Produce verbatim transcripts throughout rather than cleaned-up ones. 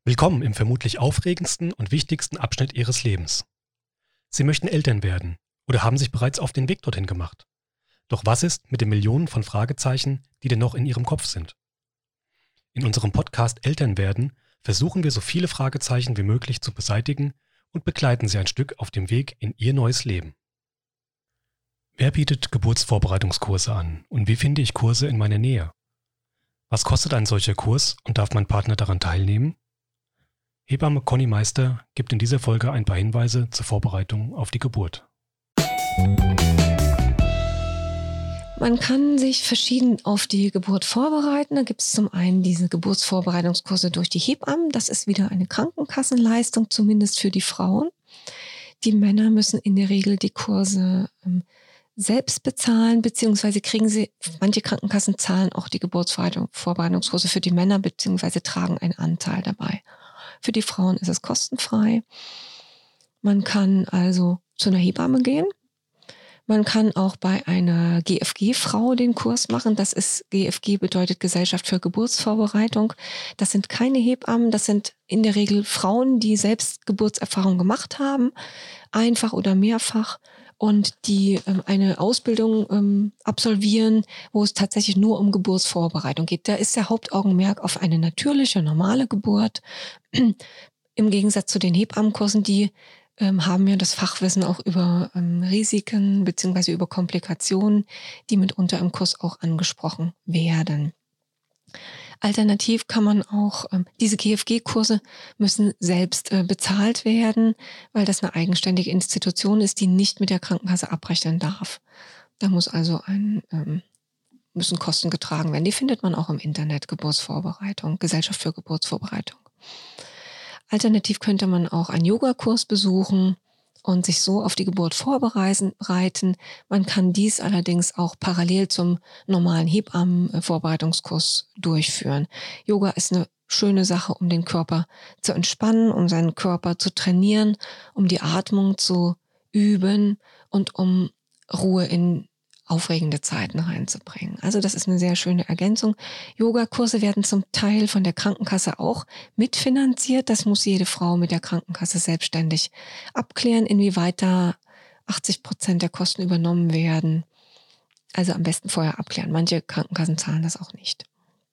Willkommen im vermutlich aufregendsten und wichtigsten Abschnitt Ihres Lebens. Sie möchten Eltern werden oder haben sich bereits auf den Weg dorthin gemacht. Doch was ist mit den Millionen von Fragezeichen, die denn noch in Ihrem Kopf sind? In unserem Podcast Eltern werden versuchen wir so viele Fragezeichen wie möglich zu beseitigen und begleiten Sie ein Stück auf dem Weg in Ihr neues Leben. Wer bietet Geburtsvorbereitungskurse an und wie finde ich Kurse in meiner Nähe? Was kostet ein solcher Kurs und darf mein Partner daran teilnehmen? Hebamme Conny Meister gibt in dieser Folge ein paar Hinweise zur Vorbereitung auf die Geburt. Man kann sich verschieden auf die Geburt vorbereiten. Da gibt es zum einen diese Geburtsvorbereitungskurse durch die Hebammen. Das ist wieder eine Krankenkassenleistung, zumindest für die Frauen. Die Männer müssen in der Regel die Kurse ähm, selbst bezahlen, beziehungsweise kriegen sie, manche Krankenkassen zahlen auch die Geburtsvorbereitungskurse für die Männer, beziehungsweise tragen einen Anteil dabei. Für die Frauen ist es kostenfrei. Man kann also zu einer Hebamme gehen. Man kann auch bei einer G F G-Frau den Kurs machen. Das ist, G F G bedeutet Gesellschaft für Geburtsvorbereitung. Das sind keine Hebammen, das sind in der Regel Frauen, die selbst Geburtserfahrung gemacht haben, einfach oder mehrfach, und die ähm, eine Ausbildung ähm, absolvieren, wo es tatsächlich nur um Geburtsvorbereitung geht. Da ist der Hauptaugenmerk auf eine natürliche, normale Geburt. Im Gegensatz zu den Hebammenkursen, die ähm, haben ja das Fachwissen auch über ähm, Risiken beziehungsweise über Komplikationen, die mitunter im Kurs auch angesprochen werden. Alternativ kann man auch, ähm, diese G F G-Kurse müssen selbst äh, bezahlt werden, weil das eine eigenständige Institution ist, die nicht mit der Krankenkasse abrechnen darf. Da muss also ein, ähm, müssen Kosten getragen werden. Die findet man auch im Internet, Geburtsvorbereitung, Gesellschaft für Geburtsvorbereitung. Alternativ könnte man auch einen Yogakurs besuchen und sich so auf die Geburt vorbereiten. Man kann dies allerdings auch parallel zum normalen Hebammenvorbereitungskurs durchführen. Yoga ist eine schöne Sache, um den Körper zu entspannen, um seinen Körper zu trainieren, um die Atmung zu üben und um Ruhe in aufregende Zeiten reinzubringen. Also das ist eine sehr schöne Ergänzung. Yogakurse werden zum Teil von der Krankenkasse auch mitfinanziert. Das muss jede Frau mit der Krankenkasse selbstständig abklären, inwieweit da achtzig Prozent der Kosten übernommen werden. Also am besten vorher abklären. Manche Krankenkassen zahlen das auch nicht.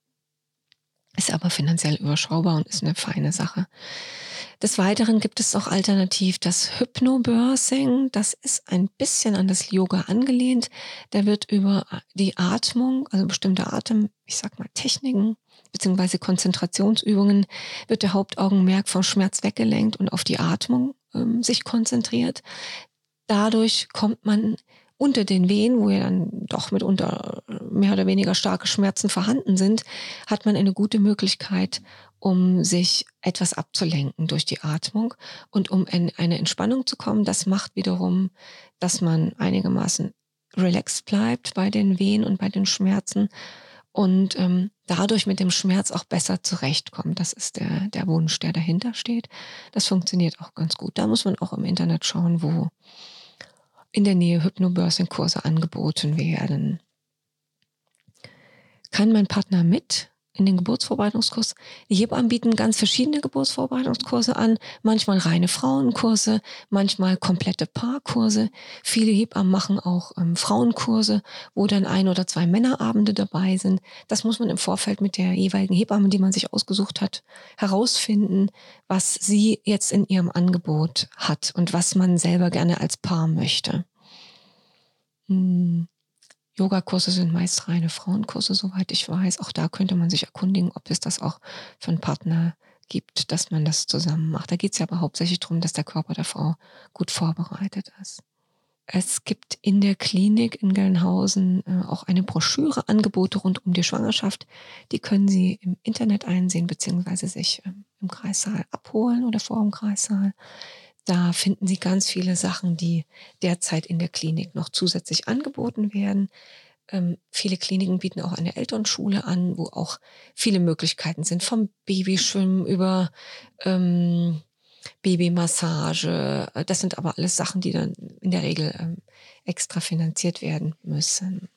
Ist aber finanziell überschaubar und ist eine feine Sache. Des Weiteren gibt es auch alternativ das Hypnobirthing. Das ist ein bisschen an das Yoga angelehnt. Da wird über die Atmung, also bestimmte Atem, ich sag mal Techniken beziehungsweise Konzentrationsübungen, wird der Hauptaugenmerk vom Schmerz weggelenkt und auf die Atmung ähm, sich konzentriert. Dadurch kommt man unter den Wehen, wo ja dann doch mitunter mehr oder weniger starke Schmerzen vorhanden sind, hat man eine gute Möglichkeit, um sich etwas abzulenken durch die Atmung und um in eine Entspannung zu kommen. Das macht wiederum, dass man einigermaßen relaxed bleibt bei den Wehen und bei den Schmerzen und ähm, dadurch mit dem Schmerz auch besser zurechtkommt. Das ist der, der Wunsch, der dahinter steht. Das funktioniert auch ganz gut. Da muss man auch im Internet schauen, wo in der Nähe Hypnobirthing-Kurse angeboten werden. Kann mein Partner mit in den Geburtsvorbereitungskurs? Die Hebammen bieten ganz verschiedene Geburtsvorbereitungskurse an, manchmal reine Frauenkurse, manchmal komplette Paarkurse. Viele Hebammen machen auch ähm, Frauenkurse, wo dann ein oder zwei Männerabende dabei sind. Das muss man im Vorfeld mit der jeweiligen Hebamme, die man sich ausgesucht hat, herausfinden, was sie jetzt in ihrem Angebot hat und was man selber gerne als Paar möchte. Hm. Yogakurse sind meist reine Frauenkurse, soweit ich weiß. Auch da könnte man sich erkundigen, ob es das auch für einen Partner gibt, dass man das zusammen macht. Da geht es ja aber hauptsächlich darum, dass der Körper der Frau gut vorbereitet ist. Es gibt in der Klinik in Gelnhausen äh, auch eine Broschüre, Angebote rund um die Schwangerschaft. Die können Sie im Internet einsehen, beziehungsweise sich ähm, im Kreissaal abholen oder vor dem Kreissaal. Da finden Sie ganz viele Sachen, die derzeit in der Klinik noch zusätzlich angeboten werden. Ähm, viele Kliniken bieten auch eine Elternschule an, wo auch viele Möglichkeiten sind, vom Babyschwimmen über ähm, Babymassage. Das sind aber alles Sachen, die dann in der Regel ähm, extra finanziert werden müssen.